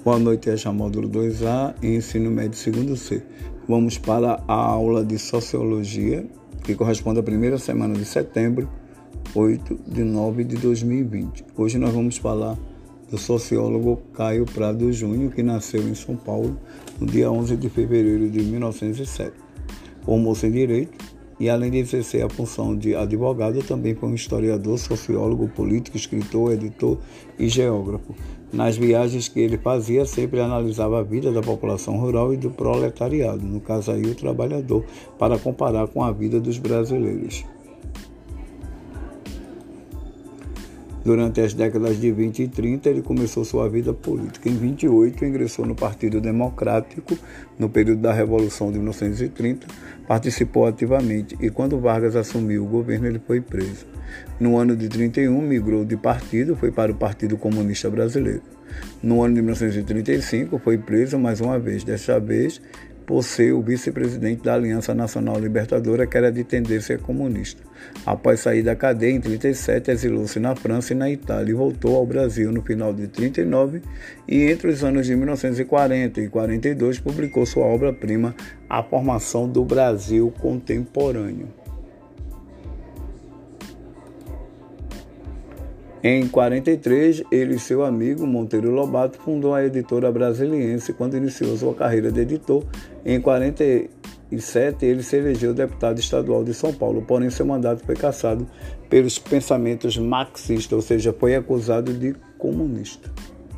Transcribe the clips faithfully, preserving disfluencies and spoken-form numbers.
Boa noite, é módulo dois A, ensino médio segundo C. Vamos para a aula de Sociologia, que corresponde à primeira semana de setembro, oito de nove de dois mil e vinte. Hoje nós vamos falar do sociólogo Caio Prado Júnior, que nasceu em São Paulo no dia onze de fevereiro de mil novecentos e sete. Formou-se em Direito e, além de exercer a função de advogado, também foi um historiador, sociólogo, político, escritor, editor e geógrafo. Nas viagens que ele fazia, sempre analisava a vida da população rural e do proletariado, no caso aí o trabalhador, para comparar com a vida dos brasileiros. Durante as décadas de vinte e trinta, ele começou sua vida política. Em vinte e oito, ingressou no Partido Democrático. No período da Revolução de mil novecentos e trinta, participou ativamente e, quando Vargas assumiu o governo, ele foi preso. No ano de trinta e um, migrou de partido, foi para o Partido Comunista Brasileiro. No ano de mil novecentos e trinta e cinco, foi preso mais uma vez, desta vez por ser o vice-presidente da Aliança Nacional Libertadora, que era de tendência comunista. Após sair da cadeia, em trinta e sete, exilou-se na França e na Itália e voltou ao Brasil no final de trinta e nove, e entre os anos de mil novecentos e quarenta e quarenta e dois publicou sua obra-prima, A Formação do Brasil Contemporâneo. Em quarenta e três, ele e seu amigo Monteiro Lobato fundou a editora Brasiliense quando iniciou sua carreira de editor. Em quarenta e sete, ele se elegeu deputado estadual de São Paulo, porém seu mandato foi cassado pelos pensamentos marxistas, ou seja, foi acusado de comunista.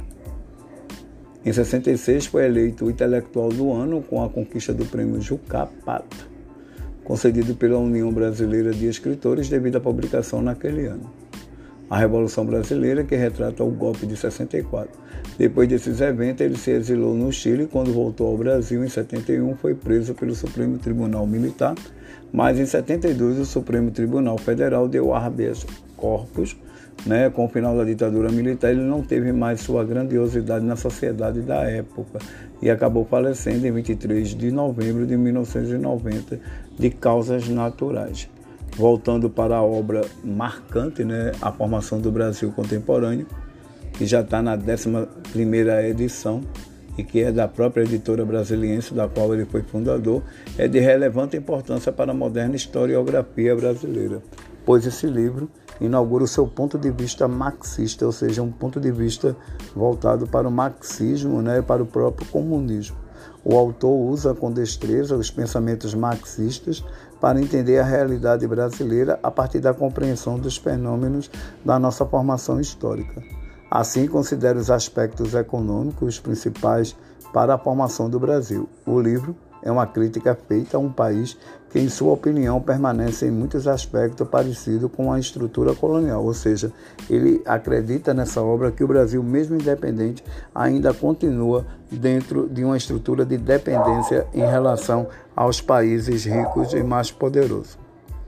Em sessenta e seis, foi eleito o intelectual do ano com a conquista do prêmio Jucá Pato, concedido pela União Brasileira de Escritores devido à publicação naquele ano. A Revolução Brasileira, que retrata o golpe de sessenta e quatro. Depois desses eventos, ele se exilou no Chile. Quando voltou ao Brasil, em setenta e um, foi preso pelo Supremo Tribunal Militar, mas em setenta e dois o Supremo Tribunal Federal deu habeas corpus, né? Com o final da ditadura militar, ele não teve mais sua grandiosidade na sociedade da época e acabou falecendo em vinte e três de novembro de mil novecentos e noventa de causas naturais. Voltando para a obra marcante, né, A Formação do Brasil Contemporâneo, que já está na décima primeira edição e que é da própria editora Brasiliense, da qual ele foi fundador, é de relevante importância para a moderna historiografia brasileira, pois esse livro inaugura o seu ponto de vista marxista, ou seja, um ponto de vista voltado para o marxismo, né, para o próprio comunismo. O autor usa com destreza os pensamentos marxistas para entender a realidade brasileira a partir da compreensão dos fenômenos da nossa formação histórica. Assim, considera os aspectos econômicos principais para a formação do Brasil. O livro é uma crítica feita a um país que, em sua opinião, permanece em muitos aspectos parecido com a estrutura colonial, ou seja, ele acredita nessa obra que o Brasil, mesmo independente, ainda continua dentro de uma estrutura de dependência em relação aos países ricos e mais poderosos.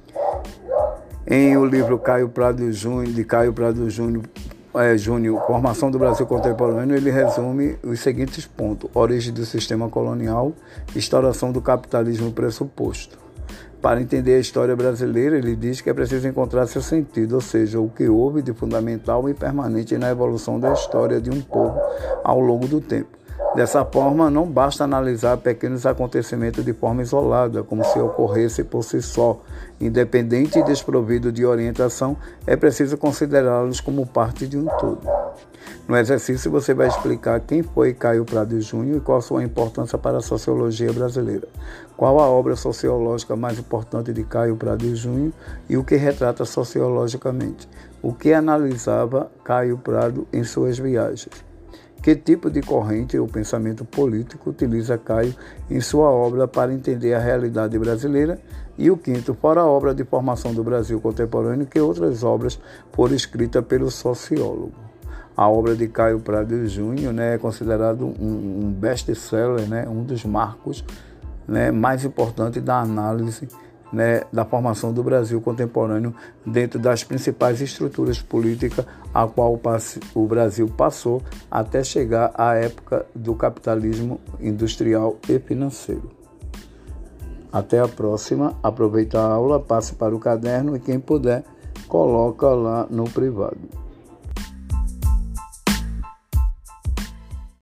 Em o livro Caio Prado Júnior, de Caio Prado Júnior, É, Júnior, Formação do Brasil Contemporâneo, ele resume os seguintes pontos: origem do sistema colonial, instauração do capitalismo pressuposto. Para entender a história brasileira, ele diz que é preciso encontrar seu sentido, ou seja, o que houve de fundamental e permanente na evolução da história de um povo ao longo do tempo. Dessa forma, não basta analisar pequenos acontecimentos de forma isolada, como se ocorresse por si só. Independente e desprovido de orientação, é preciso considerá-los como parte de um todo. No exercício, você vai explicar quem foi Caio Prado Júnior e qual a sua importância para a sociologia brasileira. Qual a obra sociológica mais importante de Caio Prado Júnior e o que retrata sociologicamente. O que analisava Caio Prado em suas viagens. Que tipo de corrente ou pensamento político utiliza Caio em sua obra para entender a realidade brasileira? E o quinto, fora a obra de formação do Brasil contemporâneo, que outras obras foram escritas pelo sociólogo? A obra de Caio Prado Júnior, né, é considerado um, um best-seller, né, um dos marcos, né, mais importantes da análise, né, da formação do Brasil contemporâneo dentro das principais estruturas políticas a qual o Brasil passou até chegar à época do capitalismo industrial e financeiro. Até a próxima. Aproveita a aula, passe para o caderno e quem puder, coloca lá no privado.